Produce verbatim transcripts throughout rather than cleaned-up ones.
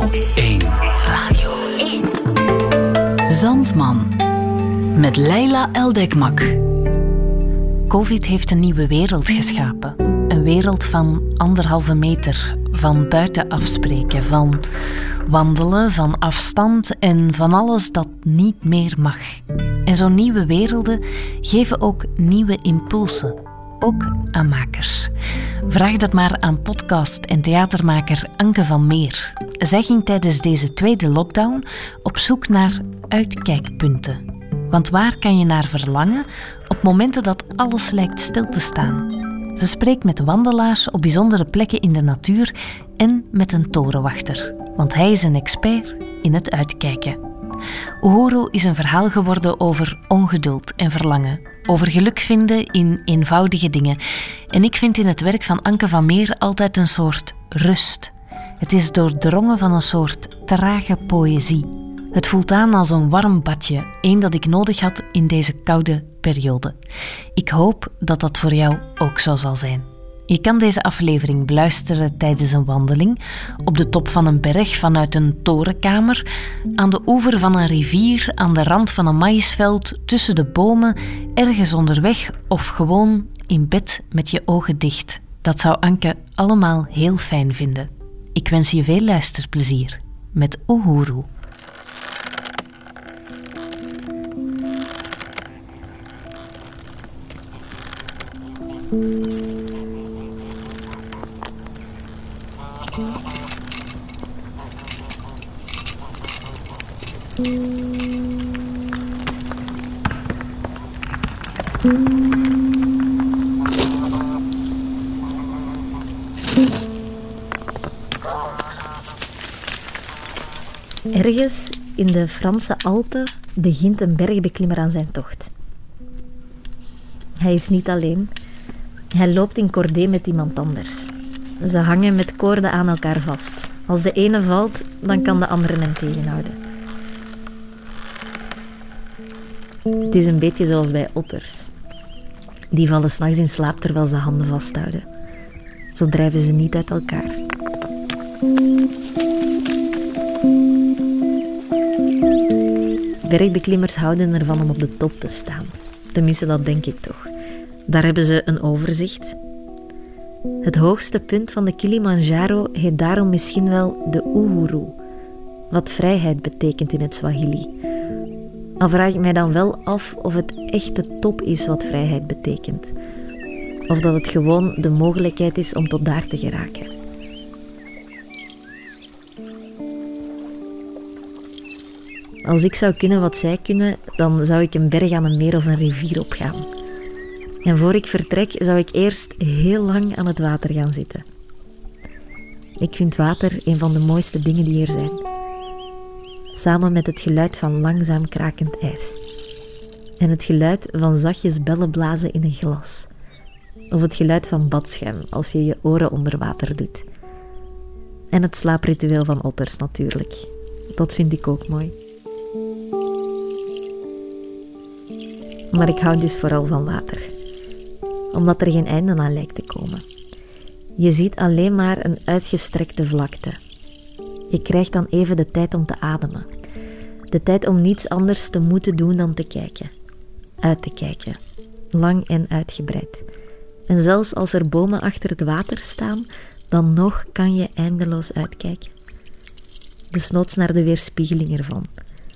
één. Radio één. Zandman. Met Leila Eldekmak. Covid heeft een nieuwe wereld geschapen. Een wereld van anderhalve meter. Van buiten afspreken. Van wandelen, van afstand en van alles dat niet meer mag. En zo'n nieuwe werelden geven ook nieuwe impulsen. Ook aan makers. Vraag dat maar aan podcast- en theatermaker Anke van Meer. Zij ging tijdens deze tweede lockdown op zoek naar uitkijkpunten. Want waar kan je naar verlangen op momenten dat alles lijkt stil te staan? Ze spreekt met wandelaars op bijzondere plekken in de natuur en met een torenwachter. Want hij is een expert in het uitkijken. Uhuru is een verhaal geworden over ongeduld en verlangen. Over geluk vinden in eenvoudige dingen. En ik vind in het werk van Anke van Meer altijd een soort rust. Het is doordrongen van een soort trage poëzie. Het voelt aan als een warm badje, één dat ik nodig had in deze koude periode. Ik hoop dat dat voor jou ook zo zal zijn. Je kan deze aflevering beluisteren tijdens een wandeling, op de top van een berg vanuit een torenkamer, aan de oever van een rivier, aan de rand van een maïsveld, tussen de bomen, ergens onderweg of gewoon in bed met je ogen dicht. Dat zou Anke allemaal heel fijn vinden. Ik wens je veel luisterplezier met Uhuru. Ergens in de Franse Alpen begint een bergbeklimmer aan zijn tocht. Hij is niet alleen. Hij loopt in cordée met iemand anders. Ze hangen met koorden aan elkaar vast. Als de ene valt, dan kan de andere hem tegenhouden. Het is een beetje zoals bij otters. Die vallen 's nachts in slaap terwijl ze handen vasthouden. Zo drijven ze niet uit elkaar. Bergbeklimmers houden ervan om op de top te staan. Tenminste, dat denk ik toch. Daar hebben ze een overzicht. Het hoogste punt van de Kilimanjaro heet daarom misschien wel de Uhuru, wat vrijheid betekent in het Swahili. Al vraag ik mij dan wel af of het echt de top is wat vrijheid betekent. Of dat het gewoon de mogelijkheid is om tot daar te geraken. Als ik zou kunnen wat zij kunnen, dan zou ik een berg aan een meer of een rivier opgaan. En voor ik vertrek, zou ik eerst heel lang aan het water gaan zitten. Ik vind water een van de mooiste dingen die er zijn. Samen met het geluid van langzaam krakend ijs. En het geluid van zachtjes bellen blazen in een glas. Of het geluid van badschuim als je je oren onder water doet. En het slaapritueel van otters natuurlijk. Dat vind ik ook mooi. Maar ik hou dus vooral van water. Omdat er geen einde aan lijkt te komen. Je ziet alleen maar een uitgestrekte vlakte. Je krijgt dan even de tijd om te ademen. De tijd om niets anders te moeten doen dan te kijken. Uit te kijken. Lang en uitgebreid. En zelfs als er bomen achter het water staan, dan nog kan je eindeloos uitkijken. Desnoods naar de weerspiegeling ervan.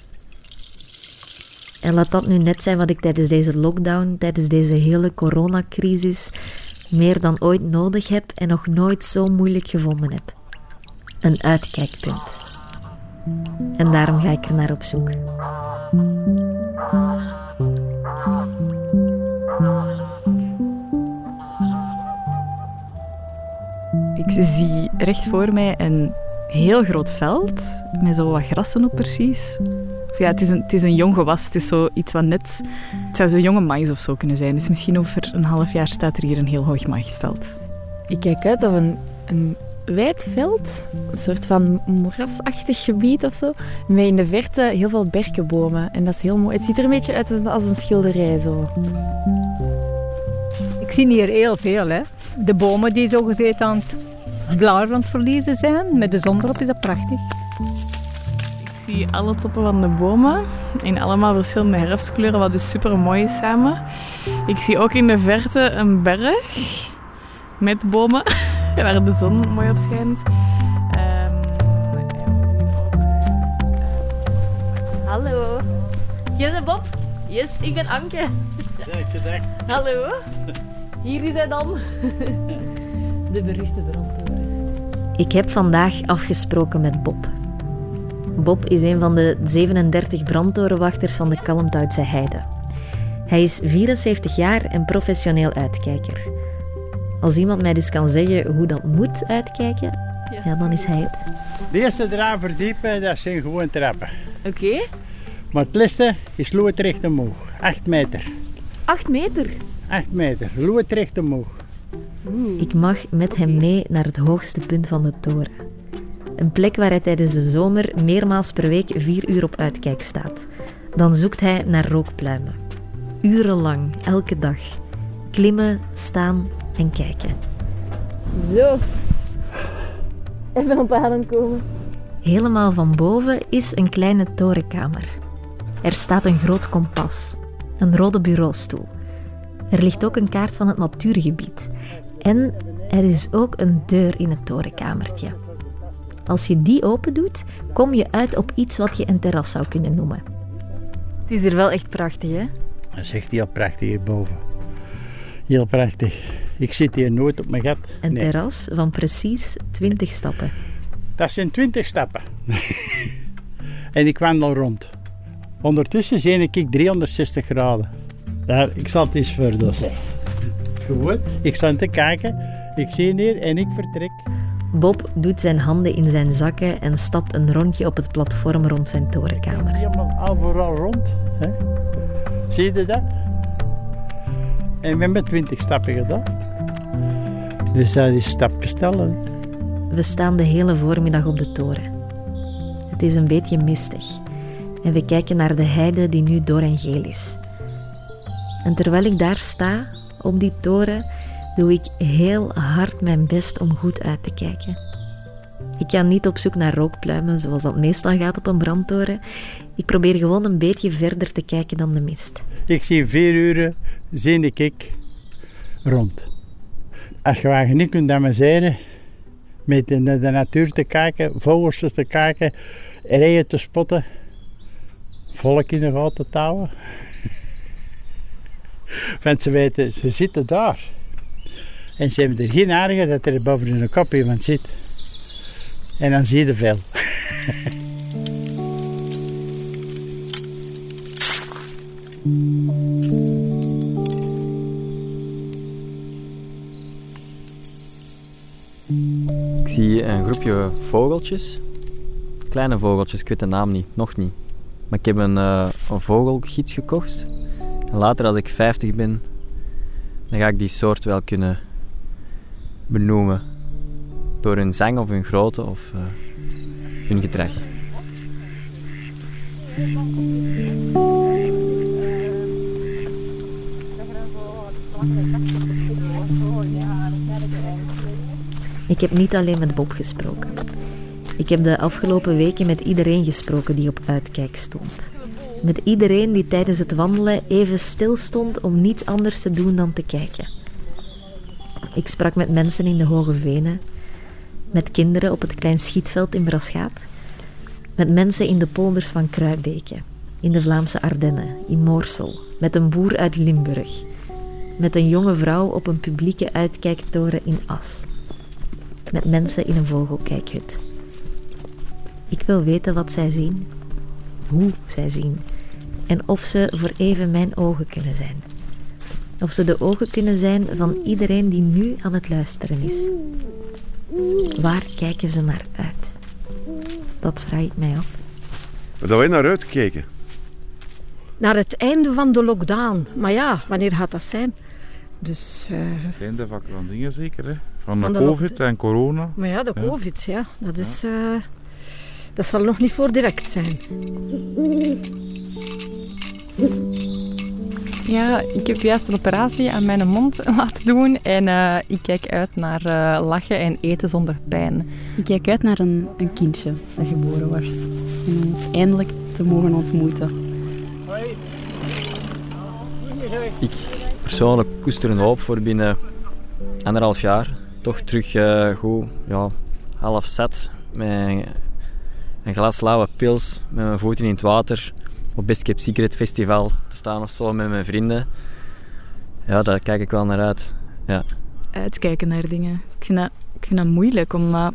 En laat dat nu net zijn wat ik tijdens deze lockdown, tijdens deze hele coronacrisis, meer dan ooit nodig heb en nog nooit zo moeilijk gevonden heb. Een uitkijkpunt. En daarom ga ik er naar op zoek. Ik zie recht voor mij een heel groot veld, met zo wat grassen op precies. Of ja, het is, een, het is een jong gewas, het is zo iets wat net... Het zou zo jonge maïs of zo kunnen zijn, dus misschien over een half jaar staat er hier een heel hoog maïsveld. Ik kijk uit op een, een wijd veld, een soort van moerasachtig gebied of zo, met in de verte heel veel berkenbomen. En dat is heel mooi. Het ziet er een beetje uit als een schilderij, zo. Ik zie hier heel veel, hè. De bomen die zo gezeten aan het blauw aan het verliezen zijn, met de zon erop is dat prachtig. Ik zie alle toppen van de bomen in allemaal verschillende herfstkleuren, wat dus super mooi is samen. Ik zie ook in de verte een berg met bomen waar de zon mooi op schijnt. Um, Hallo. Jij bent Bob? Yes, ik ben Anke. Dag, Hallo. Hier is hij dan. De beruchte brandtoren. Ik heb vandaag afgesproken met Bob. Bob is een van de zevenendertig brandtorenwachters van de Kalmthoutse Heide. Hij is vierenzeventig jaar en professioneel uitkijker. Als iemand mij dus kan zeggen hoe dat moet uitkijken, ja. Ja, dan is hij het. De eerste drie verdiepen, dat zijn gewoon trappen. Oké. Okay. Maar het laatste is loodrecht omhoog. Acht meter. Acht meter? Acht meter, loodrecht omhoog. Oeh. Ik mag met hem mee naar het hoogste punt van de toren. Een plek waar hij tijdens de zomer meermaals per week vier uur op uitkijk staat. Dan zoekt hij naar rookpluimen. Urenlang, elke dag. Klimmen, staan en kijken. Zo. Even op adem komen. Helemaal van boven is een kleine torenkamer. Er staat een groot kompas. Een rode bureaustoel. Er ligt ook een kaart van het natuurgebied. En er is ook een deur in het torenkamertje. Als je die open doet, kom je uit op iets wat je een terras zou kunnen noemen. Het is hier wel echt prachtig, hè? Dat is echt heel prachtig hierboven. Heel prachtig. Ik zit hier nooit op mijn gat. Een nee. terras van precies twintig stappen. Dat zijn twintig stappen. En ik wandel rond. Ondertussen zie ik driehonderdzestig graden. Daar, ik zal het eens verdossen. Gewoon, ik sta te kijken, ik zie neer en ik vertrek. Bob doet zijn handen in zijn zakken en stapt een rondje op het platform rond zijn torenkamer. Helemaal al vooral rond. Hè? Zie je dat? En we hebben twintig stappen gedaan. Dus dat is stapjes tellen. We staan de hele voormiddag op de toren. Het is een beetje mistig. En we kijken naar de heide die nu dor en geel is. En terwijl ik daar sta, op die toren, doe ik heel hard mijn best om goed uit te kijken. Ik ga niet op zoek naar rookpluimen, zoals dat meestal gaat op een brandtoren. Ik probeer gewoon een beetje verder te kijken dan de mist. Ik zie vier uren, zie ik rond. Als je wagen niet kunt amuseren, met de, de natuur te kijken, vogels te kijken, rijen te spotten, volk in de gaten te houden. Want ze weten, ze zitten daar. En ze hebben er geen aardige dat er boven hun kop iemand zit. En dan zie je veel. Ik zie een groepje vogeltjes. Kleine vogeltjes, ik weet de naam niet, nog niet. Maar ik heb een, uh, een vogelgids gekocht. En later, als ik vijftig ben, dan ga ik die soort wel kunnen benoemen. Door hun zang of hun grootte of uh, hun gedrag. Ik heb niet alleen met Bob gesproken. Ik heb de afgelopen weken met iedereen gesproken die op uitkijk stond. Met iedereen die tijdens het wandelen even stil stond om niets anders te doen dan te kijken. Ik sprak met mensen in de Hoge Venen, met kinderen op het Klein Schietveld in Braschaat, met mensen in de polders van Kruibeke, in de Vlaamse Ardennen, in Moorsel, met een boer uit Limburg, met een jonge vrouw op een publieke uitkijktoren in As, met mensen in een vogelkijkhut. Ik wil weten wat zij zien, hoe zij zien en of ze voor even mijn ogen kunnen zijn. Of ze de ogen kunnen zijn van iedereen die nu aan het luisteren is. Waar kijken ze naar uit? Dat vraag ik mij af. Waar wil je naar uitkijken? Naar het einde van de lockdown. Maar ja, wanneer gaat dat zijn? Dus, uh... Het einde van, van dingen zeker, hè? Van, van de covid en corona. Maar ja, de ja. covid, ja. Dat is... Uh... Dat zal nog niet voor direct zijn. Ja, ik heb juist een operatie aan mijn mond laten doen en uh, ik kijk uit naar uh, lachen en eten zonder pijn. Ik kijk uit naar een, een kindje dat geboren wordt. En eindelijk te mogen ontmoeten. Ik persoonlijk koester een hoop voor binnen anderhalf jaar. Toch terug uh, goed, ja, half zet. Met een glas lauwe pils, met mijn voeten in het water. Op Best Kept Secret Festival te staan of zo met mijn vrienden. Ja, daar kijk ik wel naar uit. Ja. Uitkijken naar dingen. Ik vind dat, ik vind dat moeilijk, omdat...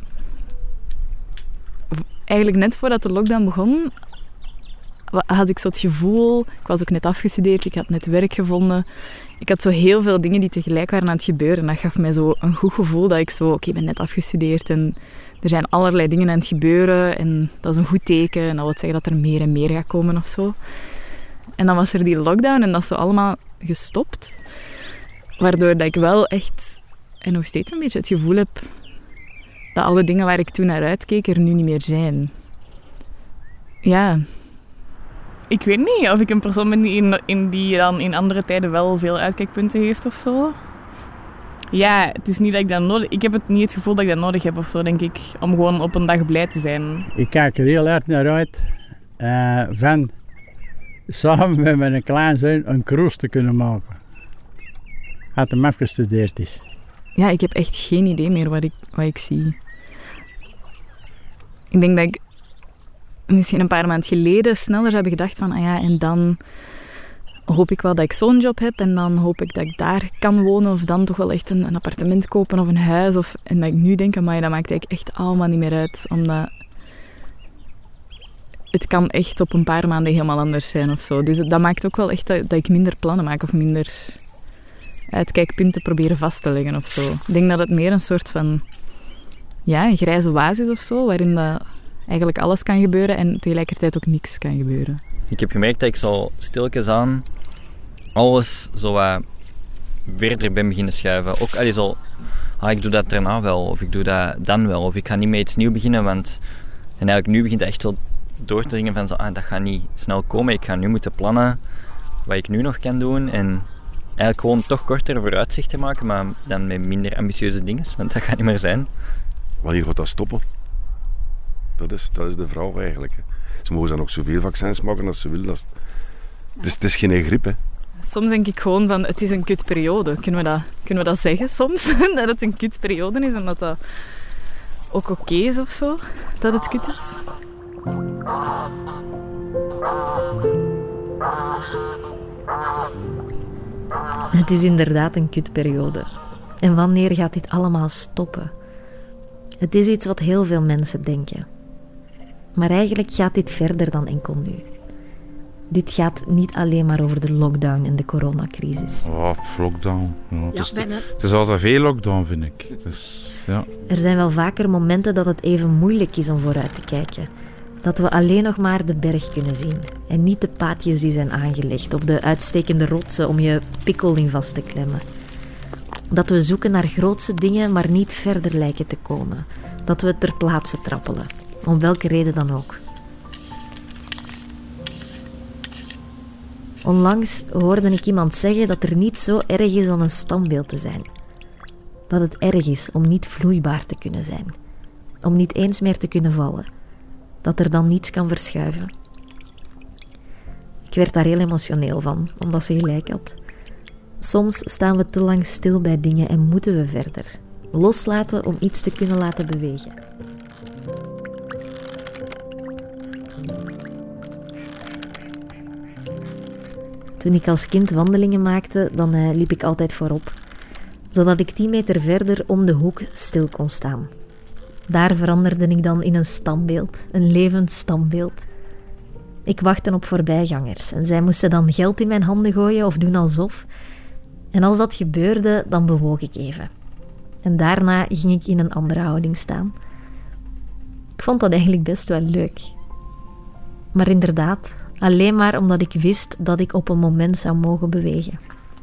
Eigenlijk net voordat de lockdown begon, had ik zo het gevoel... Ik was ook net afgestudeerd, ik had net werk gevonden. Ik had zo heel veel dingen die tegelijk waren aan het gebeuren. Dat gaf mij zo een goed gevoel dat ik zo... Oké, okay, ik ben net afgestudeerd en er zijn allerlei dingen aan het gebeuren. En dat is een goed teken. En dat wil zeggen dat er meer en meer gaat komen of zo. En dan was er die lockdown en dat is zo allemaal gestopt. Waardoor dat ik wel echt... En nog steeds een beetje het gevoel heb... Dat alle dingen waar ik toen naar uitkeek er nu niet meer zijn. Ja... Ik weet niet of ik een persoon ben die, in, in die dan in andere tijden wel veel uitkijkpunten heeft of zo. Ja, het is niet dat ik dat nodig... Ik heb het niet het gevoel dat ik dat nodig heb of zo, denk ik. Om gewoon op een dag blij te zijn. Ik kijk er heel hard naar uit. Uh, van samen met mijn kleinzoon een cruise te kunnen maken. Had hem afgestudeerd is. Ja, ik heb echt geen idee meer wat ik, wat ik zie. Ik denk dat ik... misschien een paar maanden geleden sneller hebben gedacht van, ah ja, en dan hoop ik wel dat ik zo'n job heb en dan hoop ik dat ik daar kan wonen of dan toch wel echt een, een appartement kopen of een huis. Of, en dat ik nu denk, amai, dat maakt eigenlijk echt allemaal niet meer uit, omdat het kan echt op een paar maanden helemaal anders zijn of zo. Dus dat maakt ook wel echt dat, dat ik minder plannen maak of minder uitkijkpunten proberen vast te leggen of zo. Ik denk dat het meer een soort van, ja, een grijze waas is of zo, waarin dat eigenlijk alles kan gebeuren en tegelijkertijd ook niks kan gebeuren. Ik heb gemerkt dat ik zo stilletjes aan alles zo wat verder ben beginnen schuiven. Ook allee, zo, ah, ik doe dat daarna wel, of ik doe dat dan wel, of ik ga niet met iets nieuws beginnen, want en eigenlijk nu begint het echt zo door te dringen van zo, ah, dat gaat niet snel komen, ik ga nu moeten plannen wat ik nu nog kan doen en eigenlijk gewoon toch kortere vooruitzichten maken, maar dan met minder ambitieuze dingen, want dat gaat niet meer zijn. Wanneer gaat dat stoppen? Dat is, dat is de vraag eigenlijk. Ze mogen dan ook zoveel vaccins maken als ze willen. Dat is, het, is, het is geen griep, hè. Soms denk ik gewoon van, het is een kutperiode. Kunnen we dat, kunnen we dat zeggen soms? Dat het een kutperiode is en dat dat ook oké okay is of zo? Dat het kut is? Het is inderdaad een kutperiode. En wanneer gaat dit allemaal stoppen? Het is iets wat heel veel mensen denken. Maar eigenlijk gaat dit verder dan enkel nu. Dit gaat niet alleen maar over de lockdown en de coronacrisis. Oh, lockdown. Ja, het, Ja, is, bijna. het is altijd veel lockdown, vind ik. Dus, ja. Er zijn wel vaker momenten dat het even moeilijk is om vooruit te kijken. Dat we alleen nog maar de berg kunnen zien. En niet de paadjes die zijn aangelegd of de uitstekende rotsen om je pikkel in vast te klemmen. Dat we zoeken naar grootse dingen, maar niet verder lijken te komen. Dat we ter plaatse trappelen. Om welke reden dan ook. Onlangs hoorde ik iemand zeggen dat er niet zo erg is om een standbeeld te zijn. Dat het erg is om niet vloeibaar te kunnen zijn. Om niet eens meer te kunnen vallen. Dat er dan niets kan verschuiven. Ik werd daar heel emotioneel van, omdat ze gelijk had. Soms staan we te lang stil bij dingen en moeten we verder. Loslaten om iets te kunnen laten bewegen. Toen ik als kind wandelingen maakte, dan uh, liep ik altijd voorop. Zodat ik tien meter verder om de hoek stil kon staan. Daar veranderde ik dan in een standbeeld, een levend standbeeld. Ik wachtte op voorbijgangers en zij moesten dan geld in mijn handen gooien of doen alsof. En als dat gebeurde, dan bewoog ik even. En daarna ging ik in een andere houding staan. Ik vond dat eigenlijk best wel leuk. Maar inderdaad, alleen maar omdat ik wist dat ik op een moment zou mogen bewegen.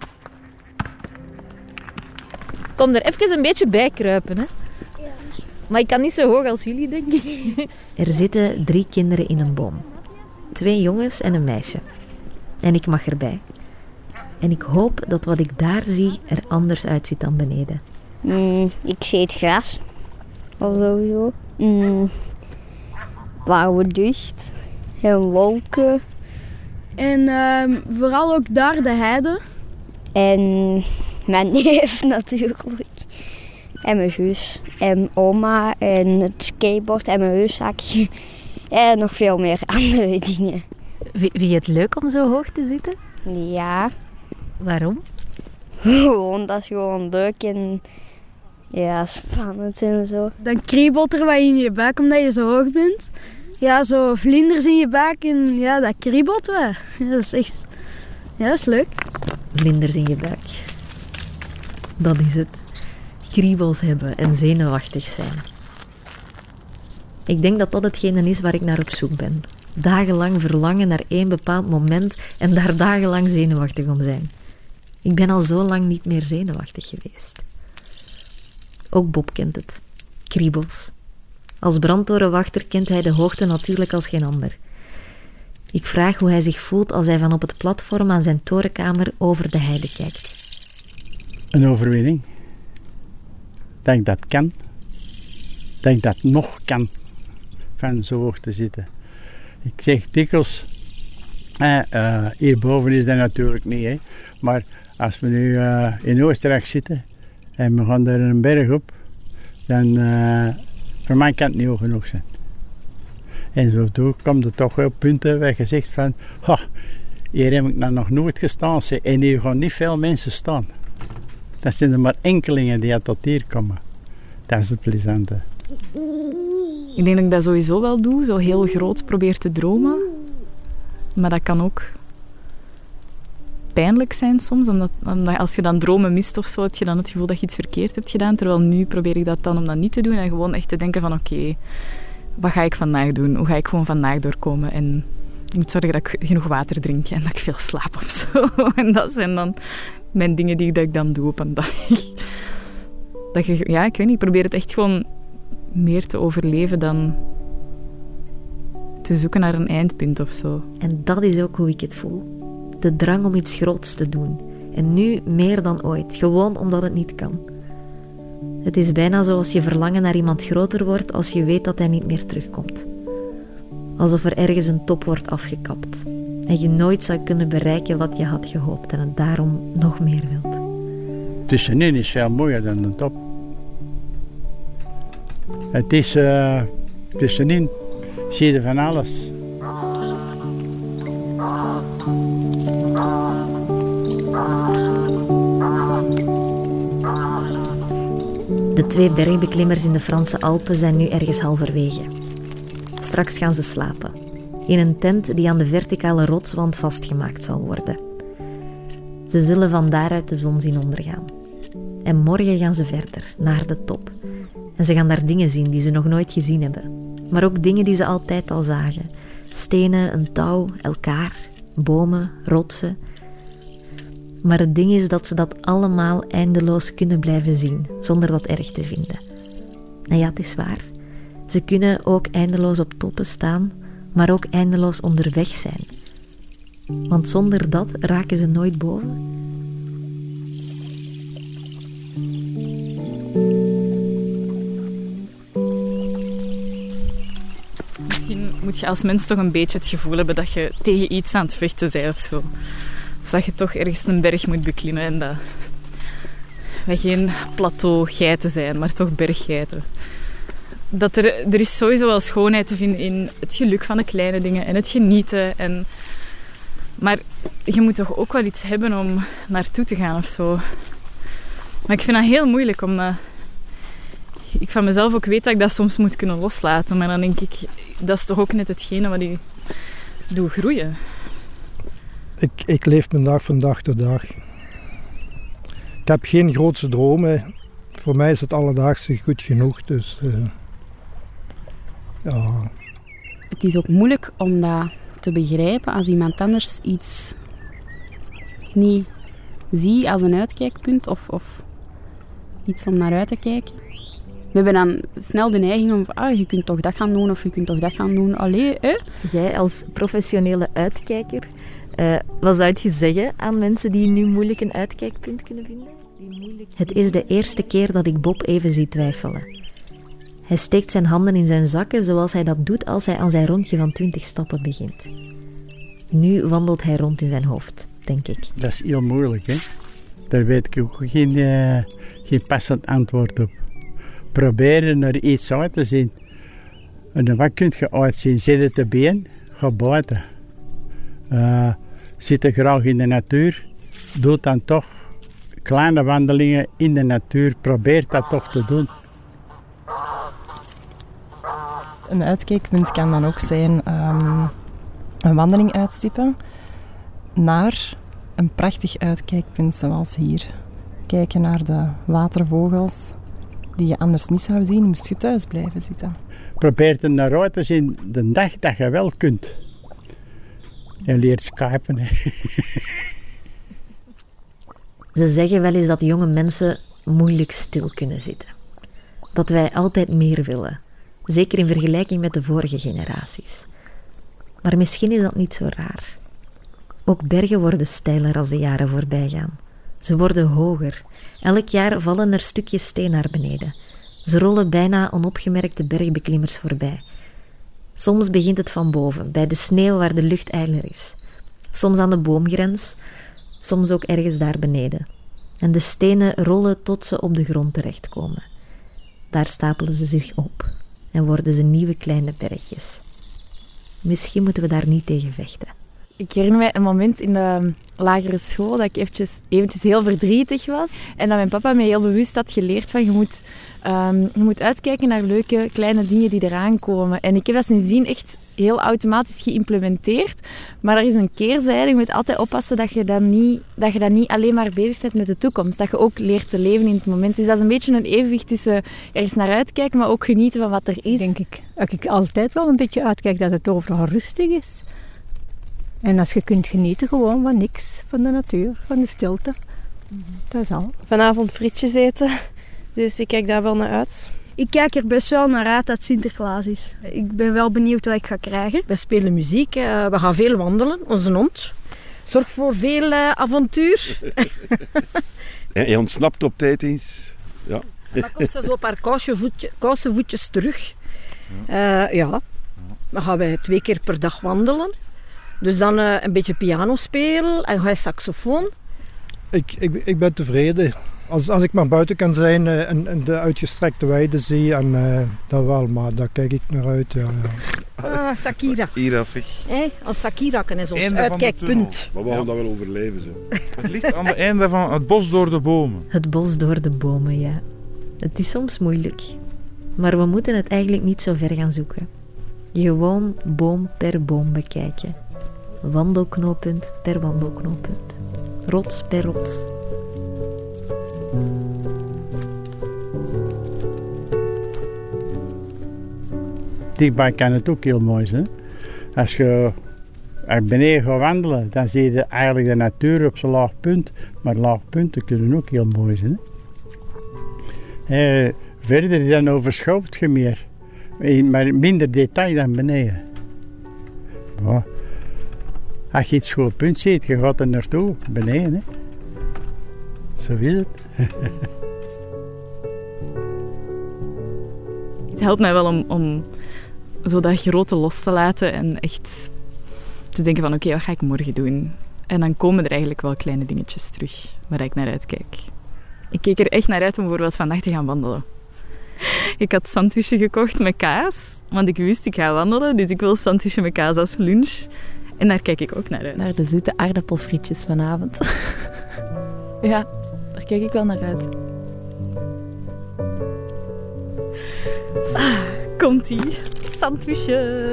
Kom er even een beetje bij kruipen, hè? Ja. Maar ik kan niet zo hoog als jullie, denk ik. Er zitten drie kinderen in een boom. Twee jongens en een meisje. En ik mag erbij. En ik hoop dat wat ik daar zie er anders uitziet dan beneden. Mm, ik zie het gras. Al sowieso. Mm, blauwe lucht. En wolken. En uh, vooral ook daar de heide. En mijn neef natuurlijk. En mijn zus. En oma. En het skateboard. En mijn rugzakje. En nog veel meer andere dingen. Vind je het leuk om zo hoog te zitten? Ja. Waarom? Gewoon, dat is gewoon leuk en ja, spannend en zo. Dan kriebelt er wat in je buik omdat je zo hoog bent. Ja, zo vlinders in je buik en ja, dat kriebelt wel. Ja, dat is echt... Ja, dat is leuk. Vlinders in je buik. Dat is het. Kriebels hebben en zenuwachtig zijn. Ik denk dat dat hetgene is waar ik naar op zoek ben. Dagenlang verlangen naar één bepaald moment en daar dagenlang zenuwachtig om zijn. Ik ben al zo lang niet meer zenuwachtig geweest. Ook Bob kent het. Kriebels. Als brandtorenwachter kent hij de hoogte natuurlijk als geen ander. Ik vraag hoe hij zich voelt als hij van op het platform aan zijn torenkamer over de heide kijkt. Een overwinning. Dat ik dat kan. Dat ik dat nog kan. Van zo hoog te zitten. Ik zeg dikwijls, eh, uh, hierboven is dat natuurlijk niet, hè. Maar als we nu uh, in Oostenrijk zitten en we gaan daar een berg op, dan uh, voor mij kan het niet hoog genoeg zijn. En zo toe komt er toch wel punten waar je zegt van, ha, hier heb ik nou nog nooit gestaan. En hier gaan niet veel mensen staan. Dat zijn er maar enkelingen die tot hier komen. Dat is het plezante. Ik denk dat ik dat sowieso wel doe, zo heel groot probeer te dromen. Maar dat kan ook pijnlijk zijn soms, omdat, omdat als je dan dromen mist of zo, heb je dan het gevoel dat je iets verkeerd hebt gedaan. Terwijl nu probeer ik dat dan om dat niet te doen en gewoon echt te denken van oké, okay, wat ga ik vandaag doen? Hoe ga ik gewoon vandaag doorkomen? En ik moet zorgen dat ik genoeg water drink en dat ik veel slaap of zo. En dat zijn dan mijn dingen die dat ik dan doe op een dag. Dat je, ja, ik weet niet, ik probeer het echt gewoon meer te overleven dan te zoeken naar een eindpunt of zo. En dat is ook hoe ik het voel. De drang om iets groots te doen. En nu meer dan ooit. Gewoon omdat het niet kan. Het is bijna zoals je verlangen naar iemand groter wordt als je weet dat hij niet meer terugkomt. Alsof er ergens een top wordt afgekapt. En je nooit zou kunnen bereiken wat je had gehoopt. En het daarom nog meer wilt. Tussenin is veel mooier dan de top. Het is uh, tussenin zie je van alles. De twee bergbeklimmers in de Franse Alpen zijn nu ergens halverwege. Straks gaan ze slapen. In een tent die aan de verticale rotswand vastgemaakt zal worden. Ze zullen van daaruit de zon zien ondergaan. En morgen gaan ze verder, naar de top. En ze gaan daar dingen zien die ze nog nooit gezien hebben. Maar ook dingen die ze altijd al zagen. Stenen, een touw, elkaar, bomen, rotsen. Maar het ding is dat ze dat allemaal eindeloos kunnen blijven zien, zonder dat erg te vinden. En ja, het is waar. Ze kunnen ook eindeloos op toppen staan, maar ook eindeloos onderweg zijn. Want zonder dat raken ze nooit boven. Misschien moet je als mens toch een beetje het gevoel hebben dat je tegen iets aan het vechten bent of zo. Of dat je toch ergens een berg moet beklimmen en dat wij geen plateaugeiten zijn, maar toch berggeiten. Dat er, er is sowieso wel schoonheid te vinden in het geluk van de kleine dingen en het genieten. En, maar je moet toch ook wel iets hebben om naartoe te gaan of zo. Maar ik vind dat heel moeilijk, omdat ik van mezelf ook weet dat ik dat soms moet kunnen loslaten. Maar dan denk ik, dat is toch ook net hetgene wat ik doe groeien. Ik, ik leef mijn dag van dag tot dag. Ik heb geen grootse dromen. Voor mij is het alledaagse goed genoeg. Dus, uh, ja. Het is ook moeilijk om dat te begrijpen als iemand anders iets niet ziet als een uitkijkpunt of, of iets om naar uit te kijken. We hebben dan snel de neiging om, ah, je kunt toch dat gaan doen of je kunt toch dat gaan doen. Allee, hè? Jij als professionele uitkijker, uh, wat zou je zeggen aan mensen die nu moeilijk een uitkijkpunt kunnen vinden? Die moeilijk... Het is de eerste keer dat ik Bob even zie twijfelen. Hij steekt zijn handen in zijn zakken zoals hij dat doet als hij aan zijn rondje van twintig stappen begint. Nu wandelt hij rond in zijn hoofd, denk ik. Dat is heel moeilijk, hè. Daar weet ik ook geen, uh, geen passend antwoord op. Proberen er iets uit te zien. En wat kun je uitzien? Zit het te been? Ga buiten. Uh, zit je graag in de natuur? Doe dan toch kleine wandelingen in de natuur. Probeer dat toch te doen. Een uitkijkpunt kan dan ook zijn um, een wandeling uitstippen naar een prachtig uitkijkpunt zoals hier. Kijken naar de watervogels die je anders niet zou zien, moest je thuis blijven zitten. Probeer er naar uit te zien de dag dat je wel kunt. Je leert skypen. Hè. Ze zeggen wel eens dat jonge mensen moeilijk stil kunnen zitten. Dat wij altijd meer willen. Zeker in vergelijking met de vorige generaties. Maar misschien is dat niet zo raar. Ook bergen worden steiler als de jaren voorbij gaan. Ze worden hoger. Elk jaar vallen er stukjes steen naar beneden. Ze rollen bijna onopgemerkt de bergbeklimmers voorbij. Soms begint het van boven, bij de sneeuw waar de lucht ijler is. Soms aan de boomgrens, soms ook ergens daar beneden. En de stenen rollen tot ze op de grond terechtkomen. Daar stapelen ze zich op en worden ze nieuwe kleine bergjes. Misschien moeten we daar niet tegen vechten. Ik herinner mij een moment in de lagere school dat ik eventjes, eventjes heel verdrietig was. En dat mijn papa mij heel bewust had geleerd van je moet, um, je moet uitkijken naar leuke kleine dingen die eraan komen. En ik heb dat sindsdien echt heel automatisch geïmplementeerd. Maar er is een keerzijde. Je moet altijd oppassen dat je dan niet, dat je dan niet alleen maar bezig bent met de toekomst. Dat je ook leert te leven in het moment. Dus dat is een beetje een evenwicht tussen ergens naar uitkijken, maar ook genieten van wat er is. Denk ik. Dat ik altijd wel een beetje uitkijk dat het overal rustig is. En als je kunt genieten gewoon van niks, van de natuur, van de stilte. Dat is al. Vanavond frietjes eten, dus ik kijk daar wel naar uit. Ik kijk er best wel naar uit dat het Sinterklaas is. Ik ben wel benieuwd wat ik ga krijgen. We spelen muziek, we gaan veel wandelen, onze hond. Zorgt voor veel uh, avontuur. En je ontsnapt op tijd eens. Ja. Dan komt ze zo een paar kousenvoetje, voetjes terug. Ja. Uh, ja, dan gaan wij twee keer per dag wandelen. Dus dan uh, een beetje piano spelen en ga je saxofoon. Ik, ik, ik ben tevreden. Als, als ik maar buiten kan zijn uh, en, en de uitgestrekte weide zie, en, uh, dat wel, maar daar kijk ik naar uit. Ja, ja. Ah, Sakira. Sakira zeg. Hey, als Sakira is ons einde uitkijkpunt. Maar we gaan dat wel overleven. Zo. Het ligt aan het einde van het bos door de bomen. Het bos door de bomen, ja. Het is soms moeilijk. Maar we moeten het eigenlijk niet zo ver gaan zoeken. Gewoon boom per boom bekijken. Wandelknooppunt per wandelknooppunt. Rots per rots. Dichtbij kan het ook heel mooi zijn. Als je beneden gaat wandelen, dan zie je eigenlijk de natuur op zijn laag punt. Maar laag punten kunnen ook heel mooi zijn. Hè? Eh, verder dan overschouwt je meer. Maar minder detail dan beneden. Ja. Als je iets goed punt ziet, je gaat er naartoe, beneden. Hè. Zo is het. Het helpt mij wel om, om zo dat grote los te laten en echt te denken van oké, okay, wat ga ik morgen doen? En dan komen er eigenlijk wel kleine dingetjes terug waar ik naar uitkijk. Ik keek er echt naar uit om bijvoorbeeld vandaag te gaan wandelen. Ik had sandwichje gekocht met kaas, want ik wist ik ga wandelen, dus ik wil sandwichje met kaas als lunch. En daar kijk ik ook naar uit. Naar de zoete aardappelfrietjes vanavond. Ja, daar kijk ik wel naar uit. Ah, komt-ie. Sandwichje.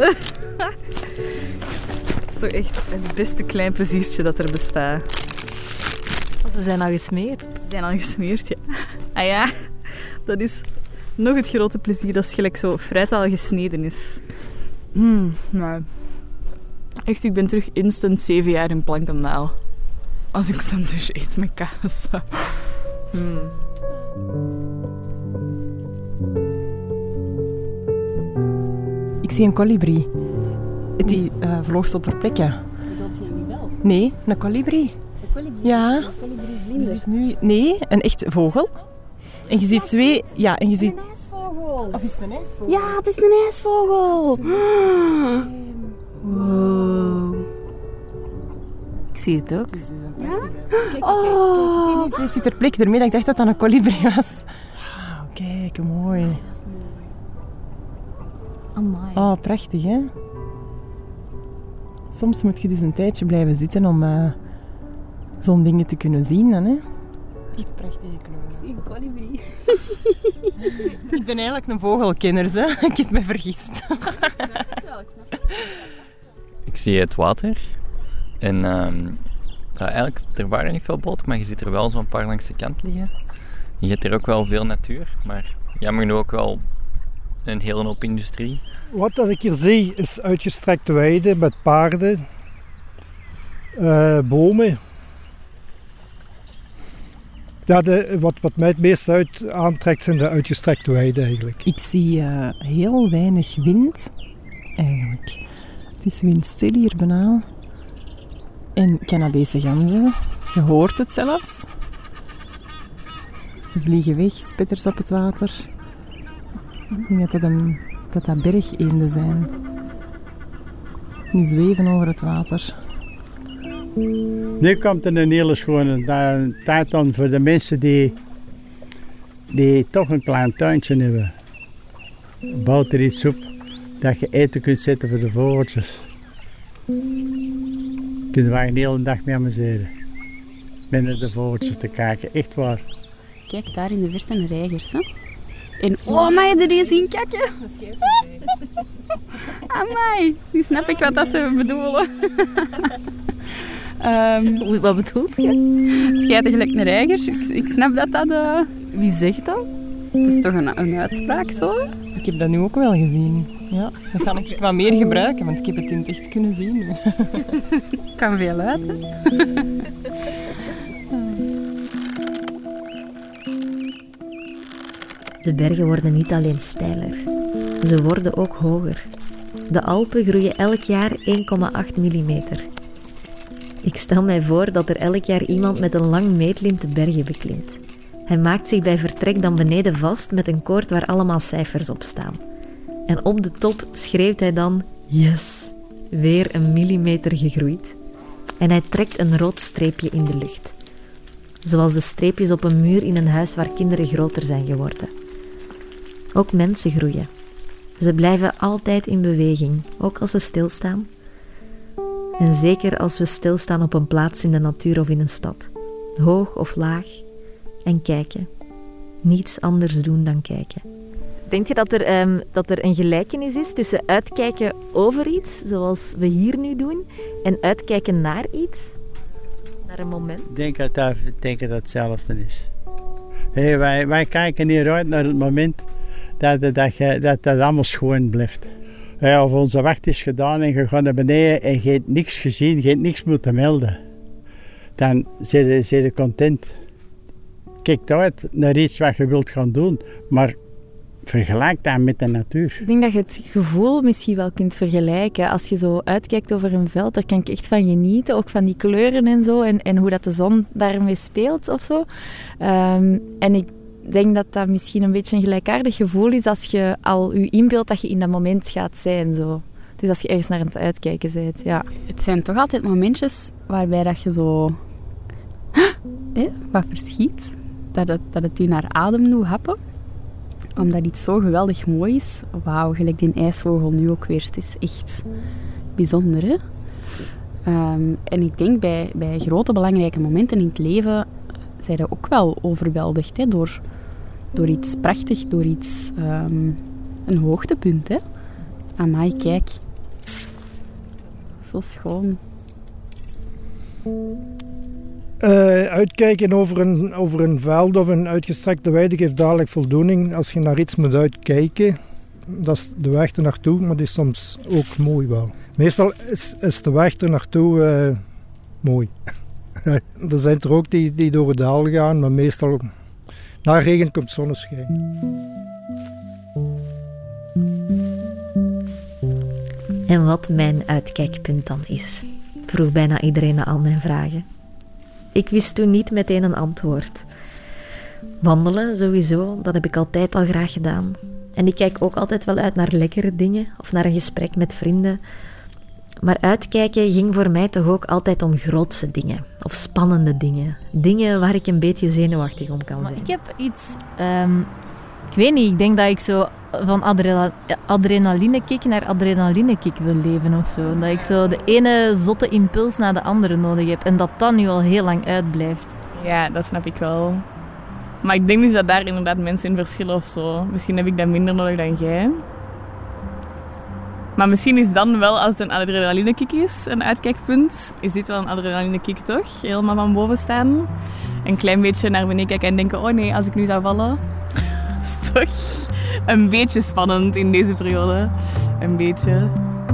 Zo echt het beste klein pleziertje dat er bestaat. Ze zijn al gesmeerd. Ze zijn al gesmeerd, ja. Ah ja, dat is nog het grote plezier als gelijk zo fruit al gesneden is. Mm, nou... Echt, ik ben terug instant zeven jaar in Plankendaal. Als ik sandwich eet met kaas. Hmm. Ik zie een kolibrie. Die uh, vloog zo ter plekke. Dat zie je niet wel? Nee, een kolibrie. Een kolibrie? Ja. Een kolibrie Nu, nee, een echt vogel. En je ziet twee... Ja, en je ziet... Een ijsvogel. Of is het een ijsvogel? Ja, het is een ijsvogel. Ah. Wow. Ik zie het ook. Ja? Kijk, kijk, oh. kijk. Ze heeft die ter plekke ermee dat ik dacht dat dat een kolibrie was. Oh, kijk, mooi. Amai. Oh, prachtig, hè? Soms moet je dus een tijdje blijven zitten om uh, zo'n dingen te kunnen zien dan, hè? Echt prachtige kleuren. Ik zie een kolibrie. Ik ben eigenlijk een vogelkenner, hè? Ik heb me vergist. Ik zie het water. En um, ja, eigenlijk, er waren niet veel boten, maar je ziet er wel zo'n paar langs de kant liggen. Je hebt er ook wel veel natuur, maar jammer genoeg ook wel een hele hoop industrie. Wat dat ik hier zie is uitgestrekte weiden met paarden, uh, bomen. Ja, de, wat, wat mij het meest uit aantrekt zijn de uitgestrekte weiden eigenlijk. Ik zie uh, heel weinig wind eigenlijk. Het is windstil hier bijna. En Canadese ganzen, je hoort het zelfs. Ze vliegen weg, spetters op het water. Ik denk dat dat, een, dat, dat bergeenden zijn. Die zweven over het water. Nu komt er een hele schone tijd dan voor de mensen die, die toch een klein tuintje hebben. Bouwt er iets op dat je eten kunt zetten voor de vogeltjes. Kunnen wij een hele dag mee amuseren. Met naar de vogeltjes te kijken, echt waar. Kijk, daar in de verte een reigers, hè. En oh, mag je er eens zien kijken? Amai, nu snap ik wat dat ze bedoelen. um, wat bedoelt je? Schijten gelijk een reiger. Ik, ik snap dat dat... Uh... Wie zegt dat? Het is toch een, een uitspraak zo? Ik heb dat nu ook wel gezien. Ja, dat ga ik wat meer gebruiken, want ik heb het in het echt kunnen zien. Kan veel uit, hè? De bergen worden niet alleen steiler, ze worden ook hoger. De Alpen groeien elk jaar één komma acht millimeter. Ik stel mij voor dat er elk jaar iemand met een lang meetlint de bergen beklimt. Hij maakt zich bij vertrek dan beneden vast met een koord waar allemaal cijfers op staan. En op de top schreeuwt hij dan: yes, weer een millimeter gegroeid. En hij trekt een rood streepje in de lucht. Zoals de streepjes op een muur in een huis waar kinderen groter zijn geworden. Ook mensen groeien. Ze blijven altijd in beweging, ook als ze stilstaan. En zeker als we stilstaan op een plaats in de natuur of in een stad. Hoog of laag. En kijken. Niets anders doen dan kijken. Denk je dat er, um, dat er een gelijkenis is tussen uitkijken over iets, zoals we hier nu doen, en uitkijken naar iets? Naar een moment? Ik denk dat dat, denk dat hetzelfde is. Hey, wij, wij kijken hier uit naar het moment dat dat, dat, dat, dat allemaal schoon blijft. Hey, of onze wacht is gedaan en je gaat naar beneden en je hebt niks gezien, je hebt niks moeten melden. Dan ben je, ben je content. Kijk uit naar iets wat je wilt gaan doen, maar vergelijk dat met de natuur. Ik denk dat je het gevoel misschien wel kunt vergelijken. Als je zo uitkijkt over een veld, daar kan ik echt van genieten. Ook van die kleuren en zo. En, en hoe dat de zon daarmee speelt of zo. Um, en ik denk dat dat misschien een beetje een gelijkaardig gevoel is als je al je inbeeldt dat je in dat moment gaat zijn. Zo. Dus als je ergens naar het uitkijken bent. Ja. Het zijn toch altijd momentjes waarbij dat je zo... Eh, wat verschiet. Dat het, dat het je naar adem doet happen. Omdat iets zo geweldig mooi is. Wauw, gelijk die ijsvogel nu ook weer. Het is echt bijzonder, hè? Um, en ik denk bij, bij grote belangrijke momenten in het leven zijn we ook wel overweldigd, hè? Door, door iets prachtig, door iets... Um, een hoogtepunt, hè? Amai, kijk. Zo schoon. Uh, uitkijken over een, over een veld of een uitgestrekte weide geeft dadelijk voldoening. Als je naar iets moet uitkijken, dat is de weg er naartoe, maar die is soms ook mooi wel. Meestal is, is de weg er naartoe uh, mooi. Er zijn er ook die, die door het dal gaan, maar meestal na regen komt zonneschijn. En wat mijn uitkijkpunt dan is, vroeg bijna iedereen na al mijn vragen. Ik wist toen niet meteen een antwoord. Wandelen sowieso, dat heb ik altijd al graag gedaan. En ik kijk ook altijd wel uit naar lekkere dingen of naar een gesprek met vrienden. Maar uitkijken ging voor mij toch ook altijd om grootse dingen of spannende dingen. Dingen waar ik een beetje zenuwachtig om kan zijn. Ik heb iets... Um, ik weet niet, ik denk dat ik zo van adrela- adrenalinekick naar adrenalinekick wil leven of zo. Dat ik zo de ene zotte impuls na de andere nodig heb en dat dat nu al heel lang uitblijft. Ja, dat snap ik wel. Maar ik denk dus dat daar inderdaad mensen in verschillen of zo. Misschien heb ik dat minder nodig dan jij. Maar misschien is dan wel, als het een adrenalinekick is, een uitkijkpunt, is dit wel een adrenalinekick toch? Helemaal van boven staan. Een klein beetje naar beneden kijken en denken, oh nee, als ik nu zou vallen. Dat is toch een beetje spannend in deze periode. Een beetje.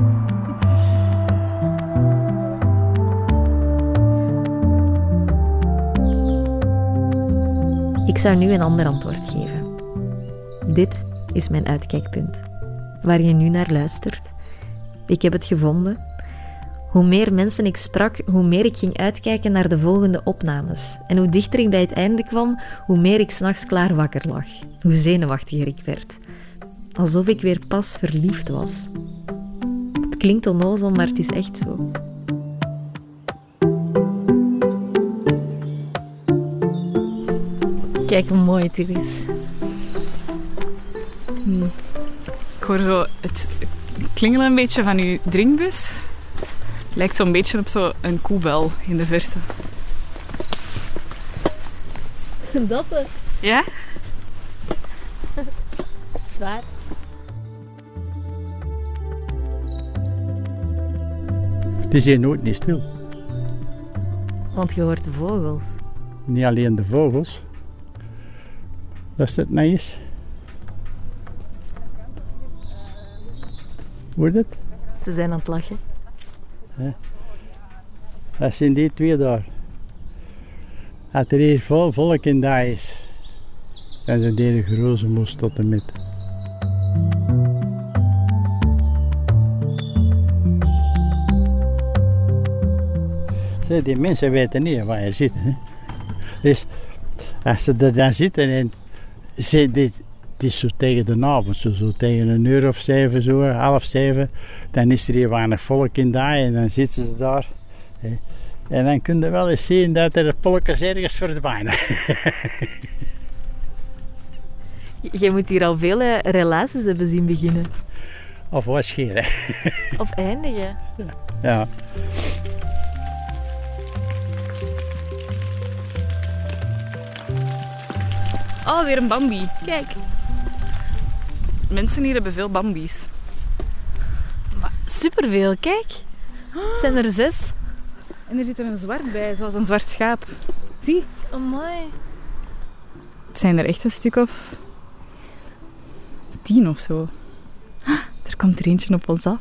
Ik zou nu een ander antwoord geven. Dit is mijn uitkijkpunt, waar je nu naar luistert. Ik heb het gevonden. Hoe meer mensen ik sprak, hoe meer ik ging uitkijken naar de volgende opnames. En hoe dichter ik bij het einde kwam, hoe meer ik 's nachts klaar wakker lag. Hoe zenuwachtiger ik werd. Alsof ik weer pas verliefd was. Het klinkt onnozel, maar het is echt zo. Kijk hoe mooi het hier is. Hm. Ik hoor zo het klingelen een beetje van uw drinkbus. Lijkt zo'n beetje op zo'n koebel in de verte. Dat is. Ja? Zwaar. Het is hier nooit niet stil. Want je hoort de vogels. Niet alleen de vogels. Dat is het nice. Hoor je het? Ze zijn aan het lachen. Ja. Dat zijn die twee daar. Als er hier vol volk in daar is, dan zijn die de grote moes tot en met. Zeg, die mensen weten niet waar je zit. Hè? Dus als ze er dan zitten en ze, dit, het is zo tegen de avond, zo, zo tegen een uur of zeven, zo, half zeven, dan is er hier weinig volk in daar en dan zitten ze daar. Hè. En dan kun je wel eens zien dat er polkjes ergens verdwijnen. Je moet hier al vele relaties hebben zien beginnen. Of wat schelen. Of eindigen. Ja. Oh, weer een Bambi. Kijk. Mensen hier hebben veel Bambi's. Superveel, kijk. Het zijn er zes. En er zit er een zwart bij, zoals een zwart schaap. Zie. Amai. Het zijn er echt een stuk of tien of zo. Er komt er eentje op ons af.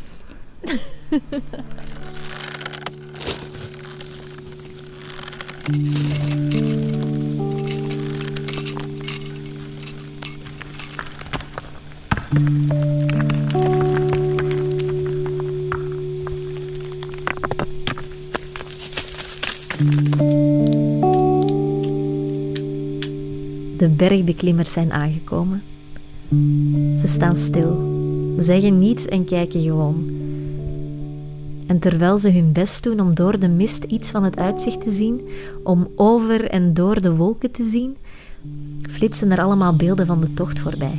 De bergbeklimmers zijn aangekomen. Ze staan stil, zeggen niets en kijken gewoon. En terwijl ze hun best doen om door de mist iets van het uitzicht te zien, om over en door de wolken te zien, flitsen er allemaal beelden van de tocht voorbij.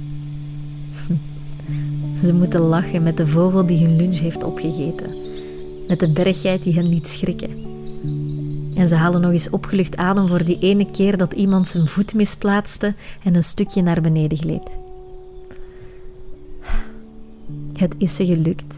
Ze moeten lachen met de vogel die hun lunch heeft opgegeten, met de berggeit die hen liet schrikken. En ze halen nog eens opgelucht adem voor die ene keer dat iemand zijn voet misplaatste en een stukje naar beneden gleed. Het is ze gelukt.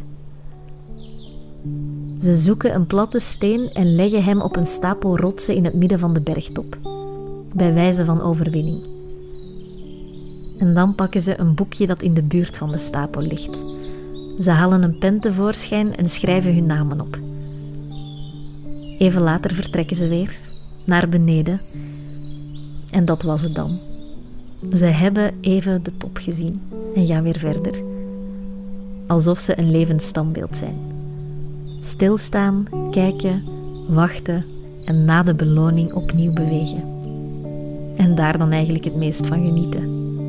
Ze zoeken een platte steen en leggen hem op een stapel rotsen in het midden van de bergtop, bij wijze van overwinning. En dan pakken ze een boekje dat in de buurt van de stapel ligt. Ze halen een pen tevoorschijn en schrijven hun namen op. Even later vertrekken ze weer, naar beneden. En dat was het dan. Ze hebben even de top gezien en gaan weer verder. alsof ze een levend standbeeld zijn. Stilstaan, kijken, wachten en na de beloning opnieuw bewegen. En daar dan eigenlijk het meest van genieten.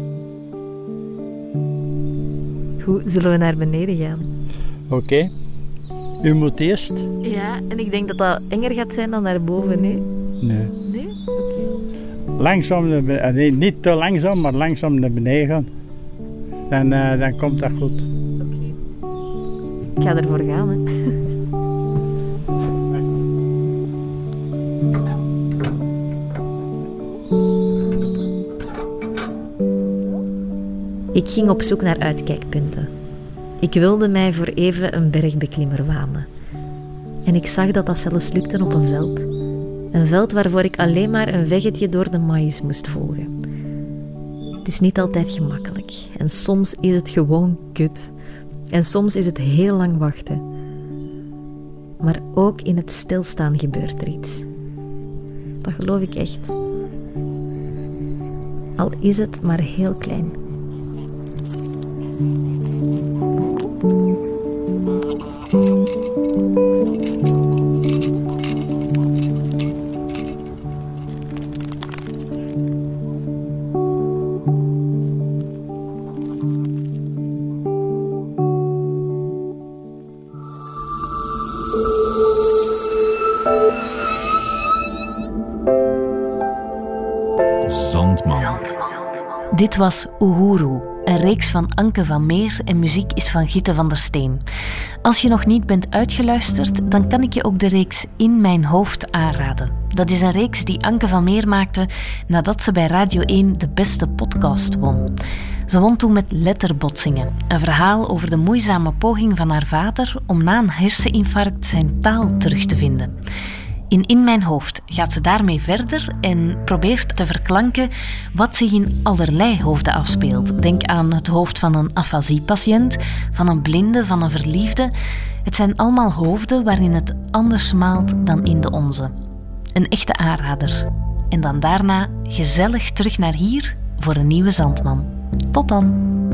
Goed, zullen we naar beneden gaan? Oké. Okay. U moet eerst. Ja, en ik denk dat dat enger gaat zijn dan naar boven, hè? Nee. Nee? Oké. Okay. Langzaam, naar beneden, nee, niet te langzaam, maar langzaam naar beneden gaan. Dan, uh, dan komt dat goed. Oké. Okay. Ik ga ervoor gaan, hè. Ik ging op zoek naar uitkijkpunten. Ik wilde mij voor even een bergbeklimmer wanen. En ik zag dat dat zelfs lukte op een veld. Een veld waarvoor ik alleen maar een weggetje door de maïs moest volgen. Het is niet altijd gemakkelijk. En soms is het gewoon kut. En soms is het heel lang wachten. Maar ook in het stilstaan gebeurt er iets. Dat geloof ik echt. Al is het maar heel klein. Zandman. Dit was Uhuru, een reeks van Anke van Meer en muziek is van Gitte van der Steen. Als je nog niet bent uitgeluisterd, dan kan ik je ook de reeks In Mijn Hoofd aanraden. Dat is een reeks die Anke van Meer maakte nadat ze bij Radio één de beste podcast won. Ze won toen met Letterbotsingen, een verhaal over de moeizame poging van haar vader om na een herseninfarct zijn taal terug te vinden. In In Mijn Hoofd gaat ze daarmee verder en probeert te verklanken wat zich in allerlei hoofden afspeelt. Denk aan het hoofd van een afasiepatiënt, van een blinde, van een verliefde. Het zijn allemaal hoofden waarin het anders smaalt dan in de onze. Een echte aanrader. En dan daarna gezellig terug naar hier voor een nieuwe Zandman. Tot dan!